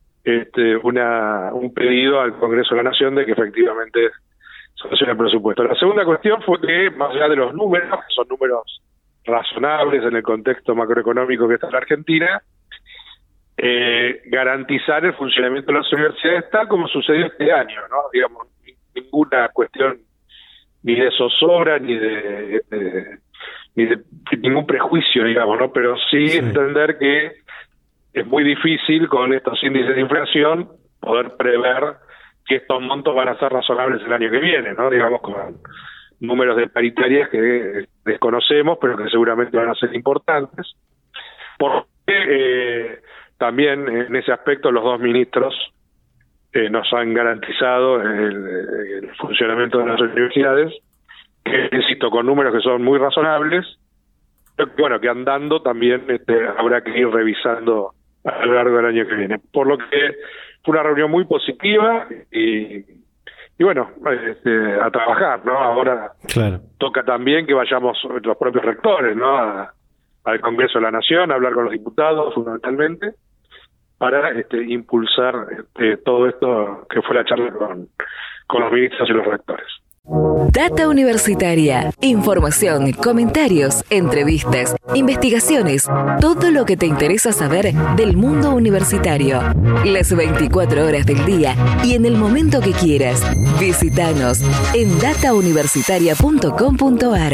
Speaker 5: un pedido al Congreso de la Nación de que efectivamente sancione el presupuesto. La segunda cuestión fue que, más allá de los números, que son números razonables en el contexto macroeconómico que está en la Argentina, garantizar el funcionamiento de las universidades tal como sucedió este año, ¿no? Digamos, ninguna cuestión ni de zozobra ni de ningún prejuicio, digamos, ¿no? Pero sí entender que es muy difícil con estos índices de inflación poder prever que estos montos van a ser razonables el año que viene, ¿no? Digamos, con números de paritarias que desconocemos, pero que seguramente van a ser importantes. Porque también en ese aspecto los dos ministros nos han garantizado el funcionamiento de las universidades que insisto, con números que son muy razonables, pero que, bueno, que andando también habrá que ir revisando a lo largo del año que viene. Por lo que fue una reunión muy positiva y bueno, a trabajar, ¿no? Ahora toca también que vayamos los propios rectores, ¿no? Al Congreso de la Nación, a hablar con los diputados fundamentalmente, para impulsar todo esto que fue la charla con los ministros y los rectores.
Speaker 1: Data Universitaria. Información, comentarios, entrevistas, investigaciones, todo lo que te interesa saber del mundo universitario. Las 24 horas del día y en el momento que quieras. Visítanos en datauniversitaria.com.ar.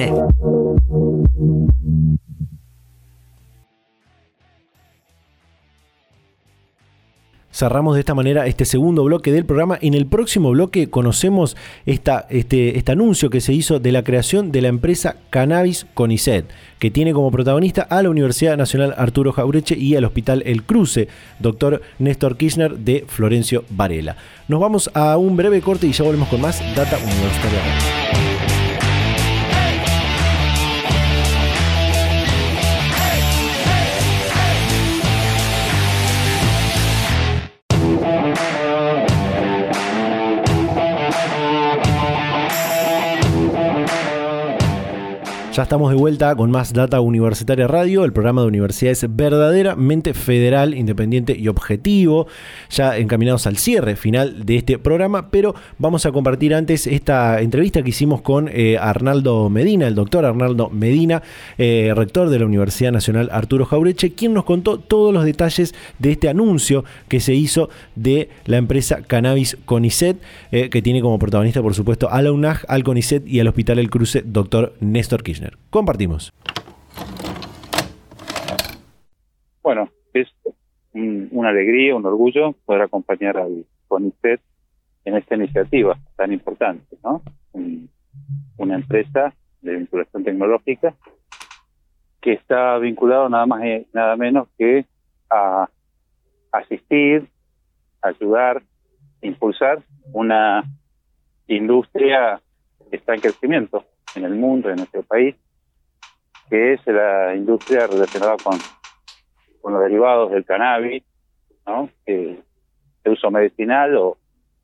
Speaker 2: Cerramos de esta manera este segundo bloque del programa. En el próximo bloque conocemos este anuncio que se hizo de la creación de la empresa Cannabis CONICET, que tiene como protagonista a la Universidad Nacional Arturo Jauretche y al Hospital El Cruce, doctor Néstor Kirchner de Florencio Varela. Nos vamos a un breve corte y ya volvemos con más Data Universitaria. Ya estamos de vuelta con más Data Universitaria Radio, el programa de universidades verdaderamente federal, independiente y objetivo, ya encaminados al cierre final de este programa, pero vamos a compartir antes esta entrevista que hicimos con Arnaldo Medina, el doctor Arnaldo Medina, rector de la Universidad Nacional Arturo Jauretche, quien nos contó todos los detalles de este anuncio que se hizo de la empresa Cannabis CONICET, que tiene como protagonista, por supuesto, a la UNAG, al CONICET y al Hospital El Cruce, doctor Néstor Kirchner. Compartimos.
Speaker 6: Bueno, es una alegría, un orgullo poder acompañar al CONICET en esta iniciativa tan importante, ¿no? Una empresa de vinculación tecnológica que está vinculado nada más y nada menos que a asistir, ayudar, impulsar una industria que está en crecimiento en el mundo, en nuestro país, que es la industria relacionada con los derivados del cannabis, ¿no? De uso medicinal o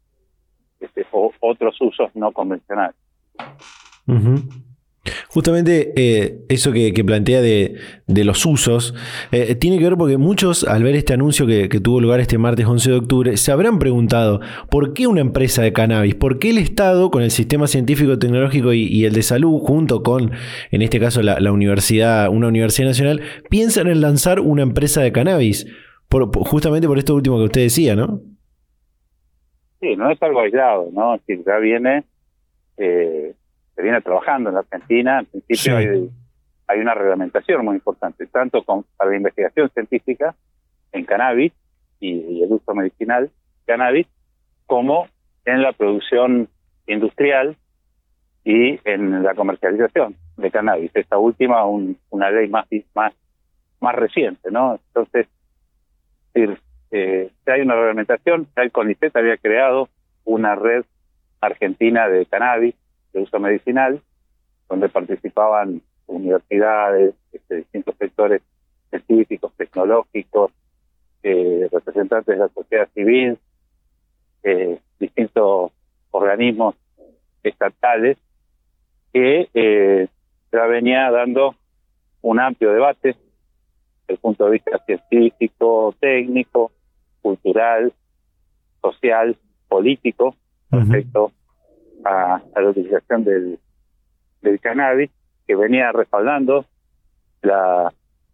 Speaker 6: otros usos no convencionales.
Speaker 2: Uh-huh. Justamente eso que plantea de los usos tiene que ver porque muchos, al ver este anuncio que tuvo lugar este martes 11 de octubre, se habrán preguntado ¿por qué una empresa de cannabis? ¿Por qué el Estado, con el sistema científico, tecnológico y el de salud, junto con, en este caso, la universidad, una universidad nacional, piensan en lanzar una empresa de cannabis? Justamente por esto último que usted decía, ¿no?
Speaker 6: Sí, no es algo aislado, ¿no? Es decir, ya se viene trabajando en la Argentina. En principio sí. hay una reglamentación muy importante, tanto para la investigación científica en cannabis y el uso medicinal cannabis, como en la producción industrial y en la comercialización de cannabis. Esta última, una ley más reciente, ¿no? Entonces, si hay una reglamentación, ya el CONICET había creado una red argentina de cannabis de uso medicinal, donde participaban universidades, distintos sectores científicos, tecnológicos, representantes de la sociedad civil, distintos organismos estatales, que ya venía dando un amplio debate desde el punto de vista científico, técnico, cultural, social, político, respecto a la utilización del cannabis, que venía respaldando la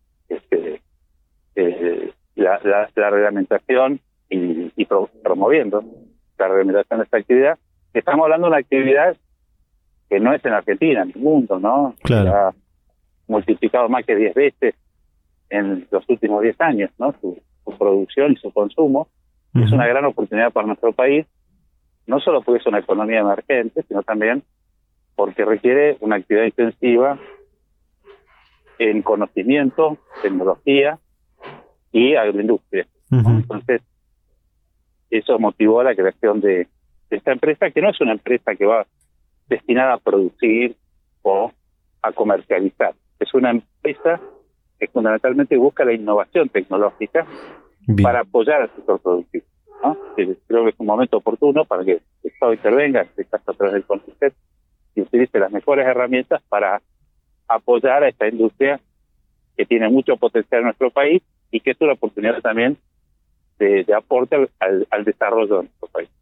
Speaker 6: reglamentación y promoviendo la reglamentación de esta actividad. Estamos hablando de una actividad que no es en Argentina, en el mundo, ¿no?
Speaker 2: Claro.
Speaker 6: Se ha multiplicado más que 10 veces en los últimos 10 años, ¿no? Su producción y su consumo. Es una gran oportunidad para nuestro país, no solo porque es una economía emergente, sino también porque requiere una actividad intensiva en conocimiento, tecnología y agroindustria. Entonces, eso motivó la creación de esta empresa, que no es una empresa que va destinada a producir o a comercializar. Es una empresa que fundamentalmente busca la innovación tecnológica para apoyar al sector productivo, ¿no? Creo que es un momento oportuno para que el Estado intervenga, en este caso a través del CONICET, y utilice las mejores herramientas para apoyar a esta industria que tiene mucho potencial en nuestro país y que es una oportunidad también de aporte al desarrollo de nuestro país.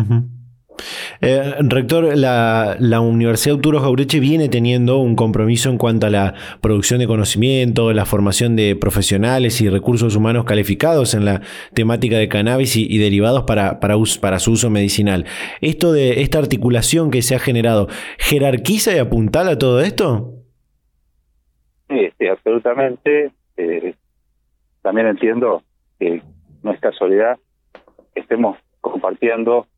Speaker 2: Rector, la Universidad Arturo Jauretche viene teniendo un compromiso en cuanto a la producción de conocimiento, la formación de profesionales y recursos humanos calificados en la temática de cannabis y derivados para su uso medicinal. Esta articulación que se ha generado, ¿jerarquiza y apuntala todo esto?
Speaker 6: Sí, absolutamente. También entiendo que no es casualidad que estemos compartiendo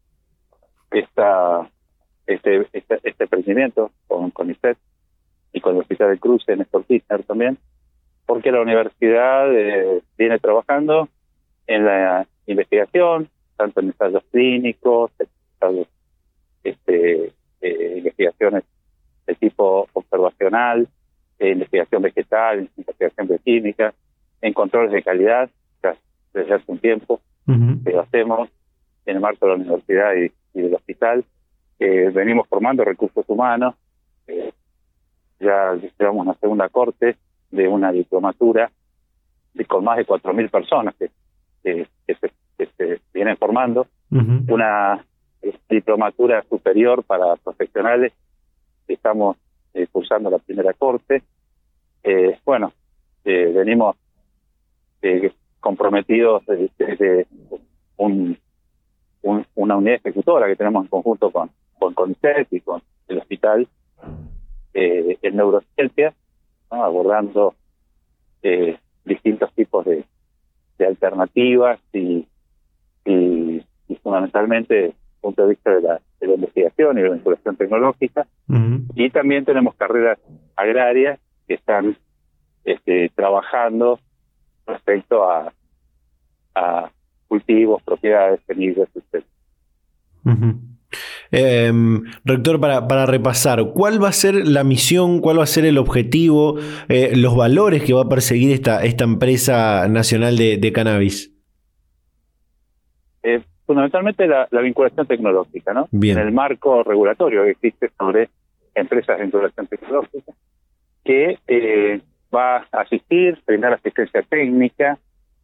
Speaker 6: este emprendimiento con CONICET y con el Hospital del Cruce, Néstor Kirchner también, porque la universidad viene trabajando en la investigación, tanto en ensayos clínicos, investigaciones de tipo observacional, investigación vegetal, investigación bioquímica, en controles de calidad, desde hace un tiempo, que lo hacemos en el marco de la universidad y del hospital. Venimos formando recursos humanos, ya llevamos una segunda corte de una diplomatura con más de 4.000 personas que se vienen formando, una diplomatura superior para profesionales, estamos cursando la primera corte. Venimos comprometidos desde una unidad ejecutora que tenemos en conjunto con CONICET y con el hospital en neurociencia, ¿no? Abordando distintos tipos de alternativas y fundamentalmente desde el punto de vista de la investigación y de la vinculación tecnológica. Y también tenemos carreras agrarias que están trabajando respecto a cultivos, propiedades, semillas, etc.
Speaker 2: Rector, para repasar, ¿cuál va a ser la misión, cuál va a ser el objetivo, los valores que va a perseguir esta empresa nacional de cannabis?
Speaker 6: Fundamentalmente la vinculación tecnológica, ¿no?
Speaker 2: Bien.
Speaker 6: En el marco regulatorio que existe sobre empresas de vinculación tecnológica, que va a asistir, brindar asistencia técnica,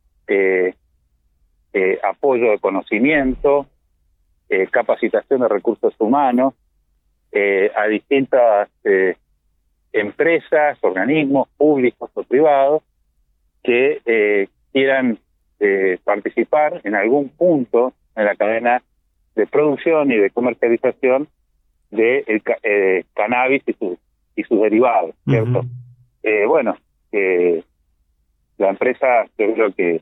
Speaker 6: apoyo de conocimiento, capacitación de recursos humanos a distintas empresas, organismos públicos o privados que quieran participar en algún punto en la cadena de producción y de comercialización de cannabis y sus derivados, ¿cierto? La empresa, yo creo que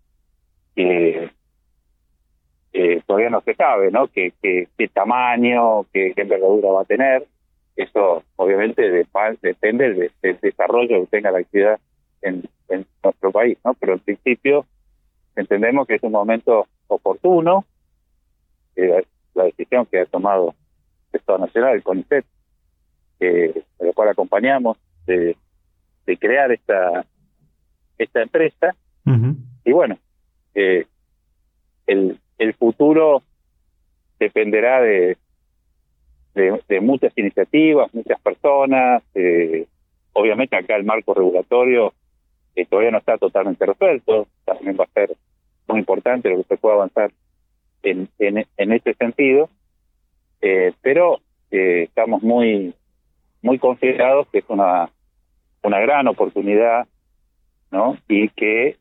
Speaker 6: todavía no se sabe, ¿no? Qué tamaño, qué envergadura va a tener. Eso obviamente depende del desarrollo que tenga la actividad en nuestro país, ¿no? Pero en principio entendemos que es un momento oportuno, la decisión que ha tomado el Estado Nacional, el CONICET, de lo cual acompañamos, de crear esta empresa. Y el futuro dependerá de muchas iniciativas, muchas personas. Obviamente acá el marco regulatorio todavía no está totalmente resuelto, también va a ser muy importante lo que se pueda avanzar en este sentido, pero estamos muy confiados que es una gran oportunidad, ¿no? Y que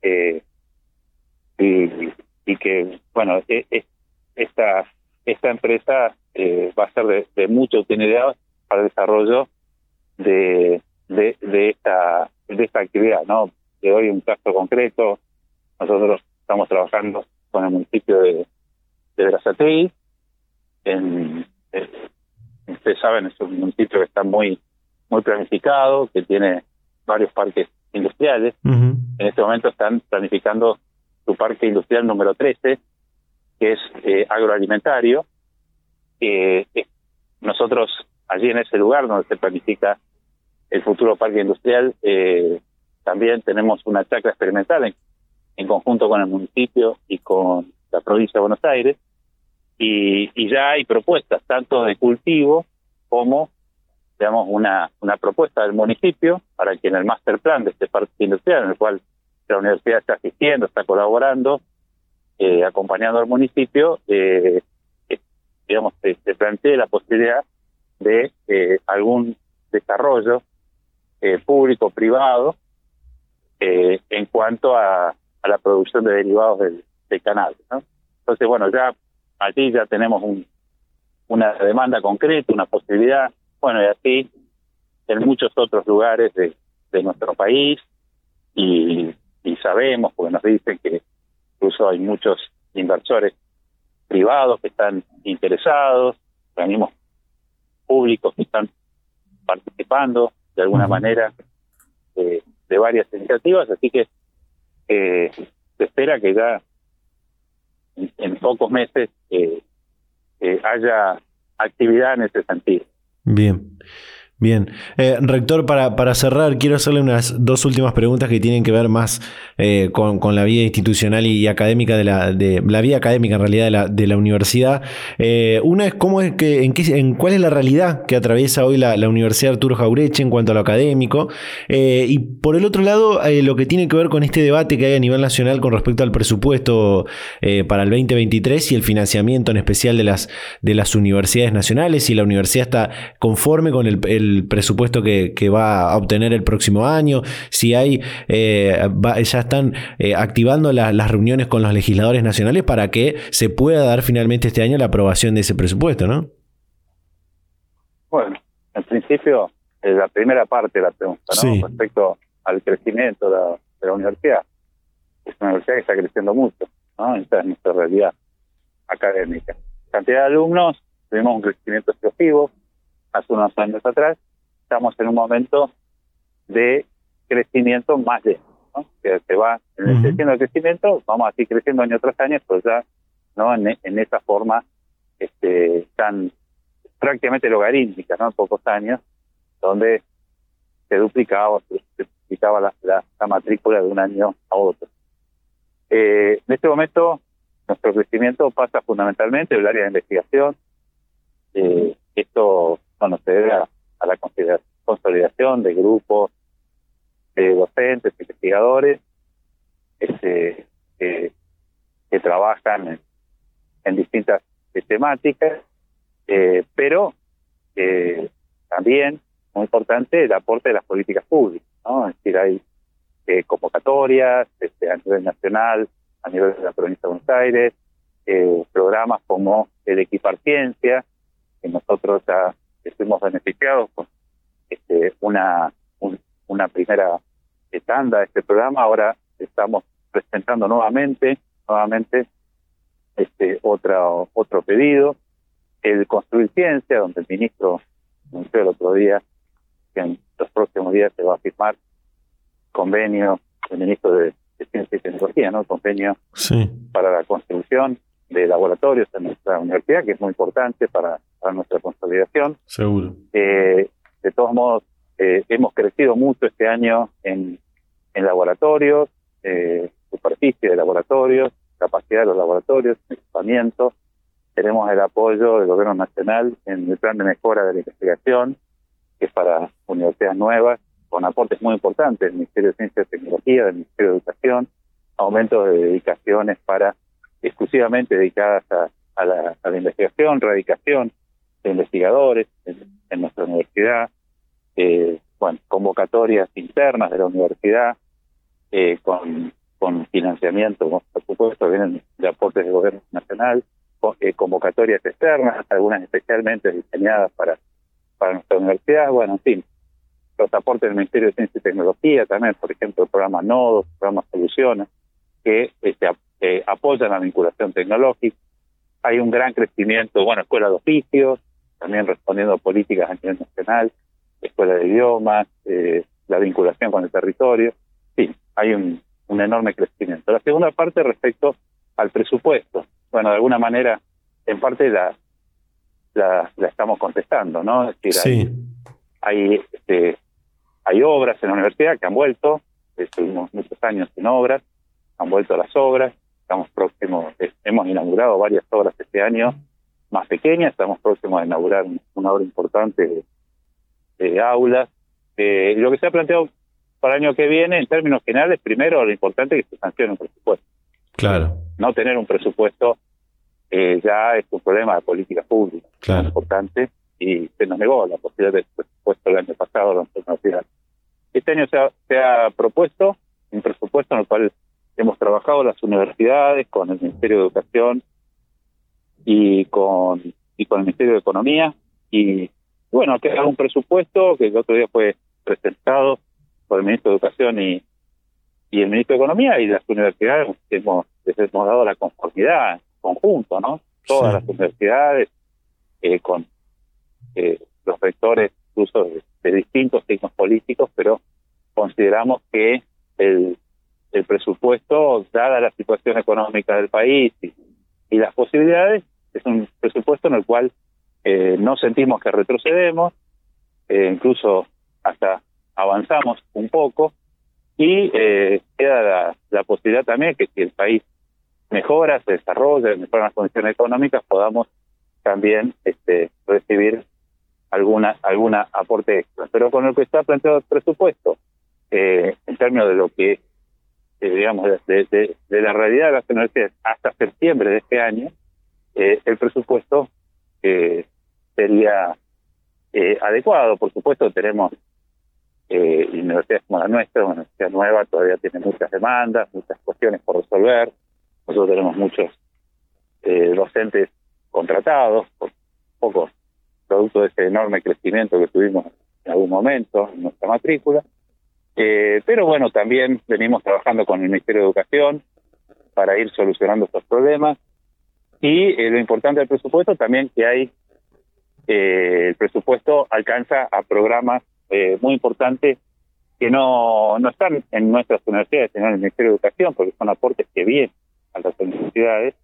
Speaker 6: esta empresa va a ser de mucha utilidad para el desarrollo de esta actividad, ¿no? Te doy un caso concreto. Nosotros estamos trabajando con el municipio de Brazatei. Ustedes saben, es un municipio que está muy planificado, que tiene varios parques industriales. En este momento están planificando su parque industrial número 13, que es agroalimentario. Nosotros allí en ese lugar donde se planifica el futuro parque industrial, también tenemos una chacra experimental en conjunto con el municipio y con la provincia de Buenos Aires, y ya hay propuestas tanto de cultivo como, digamos, una propuesta del municipio para que en el master plan de este parque industrial, en el cual la universidad está asistiendo, está colaborando, acompañando al municipio, digamos, se plantee la posibilidad de algún desarrollo público privado en cuanto a la producción de derivados del cannabis, ¿no? Entonces, bueno, ya allí ya tenemos una demanda concreta, una posibilidad, bueno, y así en muchos otros lugares de nuestro país, y sabemos, porque nos dicen que incluso hay muchos inversores privados que están interesados, organismos públicos que están participando de alguna manera de varias iniciativas, así que se espera que ya en pocos meses haya actividad en ese sentido.
Speaker 2: Bien. Bien. Rector, para cerrar, quiero hacerle unas 2 últimas preguntas que tienen que ver más con la vida institucional y académica de la vida académica en realidad de la universidad. Una es cuál es la realidad que atraviesa hoy la Universidad Arturo Jauretche en cuanto a lo académico, y por el otro lado lo que tiene que ver con este debate que hay a nivel nacional con respecto al presupuesto para el 2023 y el financiamiento en especial de las universidades nacionales, si la universidad está conforme con el presupuesto que va a obtener el próximo año, si hay ya están activando las reuniones con los legisladores nacionales para que se pueda dar finalmente este año la aprobación de ese presupuesto, ¿no?
Speaker 6: Bueno, en principio, la primera parte de la pregunta, ¿no?
Speaker 2: Sí.
Speaker 6: Respecto al crecimiento de la universidad. Es una universidad que está creciendo mucho, ¿no? Esta es nuestra realidad académica. Cantidad de alumnos, tuvimos un crecimiento explosivo hace unos años atrás. Estamos en un momento de crecimiento más lento, ¿no? Que se va creciendo el crecimiento, vamos a seguir creciendo año tras año, pues ya no en esa forma tan prácticamente logarítmica, ¿no? En pocos años, donde se duplicaba la matrícula de un año a otro. En este momento nuestro crecimiento pasa fundamentalmente del área de investigación. Esto, bueno, se debe a la consolidación de grupos de docentes, investigadores que trabajan en distintas temáticas, pero también, muy importante, el aporte de las políticas públicas, ¿no? Es decir, hay convocatorias a nivel nacional, a nivel de la provincia de Buenos Aires, programas como el Equipar Ciencia, que nosotros ya estuvimos beneficiados con una primera tanda de este programa. Ahora estamos presentando nuevamente otro pedido, el Construir Ciencia, donde el ministro anunció el otro día que en los próximos días se va a firmar convenio, el ministro de Ciencia y Tecnología, ¿no? Convenio para la construcción de laboratorios en nuestra universidad, que es muy importante para nuestra consolidación.
Speaker 2: Seguro.
Speaker 6: De todos modos, hemos crecido mucho este año en laboratorios, superficie de laboratorios, capacidad de los laboratorios, equipamiento. Tenemos el apoyo del Gobierno Nacional en el plan de mejora de la investigación, que es para universidades nuevas, con aportes muy importantes del Ministerio de Ciencia y Tecnología, del Ministerio de Educación, aumento de dedicaciones exclusivamente dedicadas a la investigación, radicación de investigadores en nuestra universidad, convocatorias internas de la universidad, con financiamiento, por supuesto, vienen de aportes del Gobierno Nacional, convocatorias externas, algunas especialmente diseñadas para nuestra universidad, bueno, en fin, los aportes del Ministerio de Ciencia y Tecnología también, por ejemplo, el programa Nodos, el programa Soluciones, que apoyan la vinculación tecnológica. Hay un gran crecimiento, escuela de oficios, también respondiendo a políticas a nivel nacional, escuela de idiomas, la vinculación con el territorio. Sí, hay un enorme crecimiento. La segunda parte respecto al presupuesto. Bueno, de alguna manera, en parte la estamos contestando, ¿no? Es decir, hay Hay obras en la universidad que han vuelto, estuvimos muchos años sin obras, han vuelto las obras, estamos próximos, hemos inaugurado varias obras este año, más pequeñas, estamos próximos a inaugurar una obra importante de aulas. Lo que se ha planteado para el año que viene, en términos generales, primero lo importante es que se sancione un presupuesto.
Speaker 2: Claro. No
Speaker 6: tener un presupuesto ya es un problema de política pública,
Speaker 2: claro,
Speaker 6: importante, y se nos negó la posibilidad del presupuesto el año pasado a la universidad. Este año se ha propuesto un presupuesto en el cual hemos trabajado las universidades con el Ministerio de Educación y con el Ministerio de Economía, y bueno, queda un presupuesto que el otro día fue presentado por el Ministro de Educación y el Ministro de Economía, y las universidades les hemos dado la conformidad en conjunto, ¿no? Todas las universidades con los rectores incluso de distintos signos políticos, pero consideramos que el presupuesto, dada la situación económica del país y las posibilidades, es un presupuesto en el cual no sentimos que retrocedemos, incluso hasta avanzamos un poco, y queda la posibilidad también que si el país mejora, se desarrolla, mejoran las condiciones económicas, podamos también recibir alguna aporte extra. Pero con lo que está planteado el presupuesto, en términos de lo que digamos de la realidad de las universidades hasta septiembre de este año, el presupuesto sería adecuado. Por supuesto, tenemos universidades como la nuestra, una universidad nueva, todavía tiene muchas demandas, muchas cuestiones por resolver. Nosotros tenemos muchos docentes contratados, por poco producto de ese enorme crecimiento que tuvimos en algún momento en nuestra matrícula. Pero bueno, también venimos trabajando con el Ministerio de Educación para ir solucionando estos problemas. Y lo importante del presupuesto también que hay, el presupuesto alcanza a programas muy importantes que no están en nuestras universidades, sino en el Ministerio de Educación, porque son aportes que vienen a las universidades,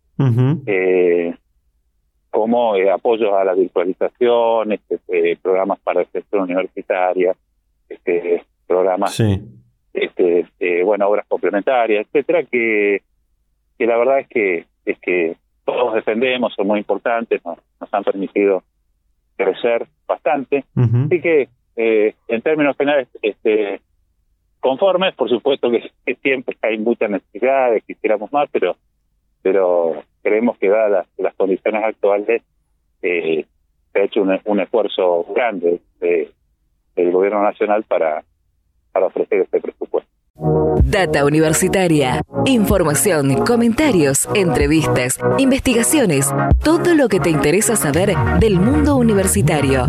Speaker 6: como apoyos a la virtualización, programas para extensión universitaria, programas, obras complementarias, etcétera, que la verdad es que todos defendemos, son muy importantes, nos han permitido crecer bastante. Así que en términos generales conformes, por supuesto que siempre hay muchas necesidades, quisiéramos más, pero creemos que dadas las condiciones actuales se ha hecho un esfuerzo grande del Gobierno Nacional para ofrecer este presupuesto.
Speaker 1: Data Universitaria. Información, comentarios, entrevistas, investigaciones, todo lo que te interesa saber del mundo universitario.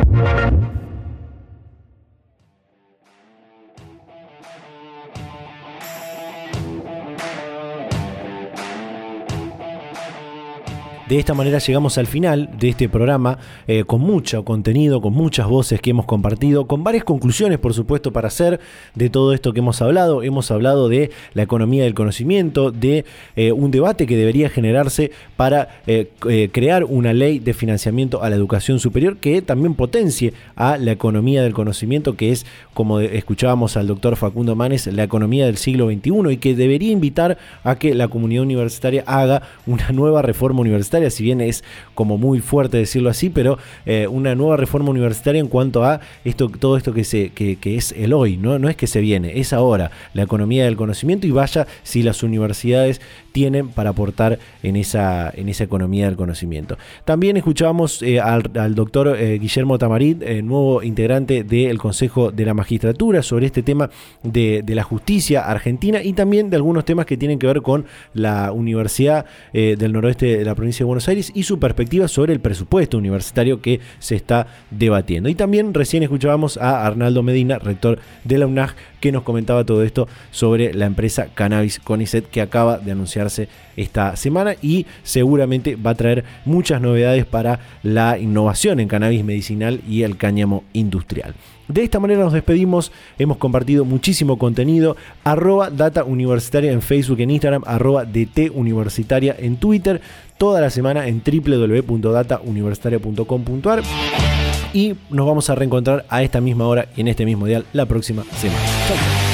Speaker 2: De esta manera llegamos al final de este programa con mucho contenido, con muchas voces que hemos compartido, con varias conclusiones, por supuesto, para hacer de todo esto que hemos hablado. Hemos hablado de la economía del conocimiento, de un debate que debería generarse para crear una ley de financiamiento a la educación superior que también potencie a la economía del conocimiento, que es, como escuchábamos al doctor Facundo Manes, la economía del siglo XXI, y que debería invitar a que la comunidad universitaria haga una nueva reforma universitaria, si bien es como muy fuerte decirlo así, pero una nueva reforma universitaria en cuanto a todo esto que es el hoy, no es que se viene, es ahora, la economía del conocimiento, y vaya si las universidades tienen para aportar en esa economía del conocimiento. También escuchábamos al doctor Guillermo Tamarit, nuevo integrante del Consejo de la Magistratura, sobre este tema de la justicia argentina, y también de algunos temas que tienen que ver con la Universidad del Noroeste de la provincia de Buenos Aires y su perspectiva sobre el presupuesto universitario que se está debatiendo. Y también recién escuchábamos a Arnaldo Medina, rector de la UNAG, que nos comentaba todo esto sobre la empresa Cannabis CONICET, que acaba de anunciarse esta semana y seguramente va a traer muchas novedades para la innovación en cannabis medicinal y el cáñamo industrial. De esta manera nos despedimos, hemos compartido muchísimo contenido, @Data Universitaria en Facebook, en Instagram, @DT Universitaria en Twitter, toda la semana en www.datauniversitaria.com.ar. y nos vamos a reencontrar a esta misma hora y en este mismo dial la próxima semana. Chau.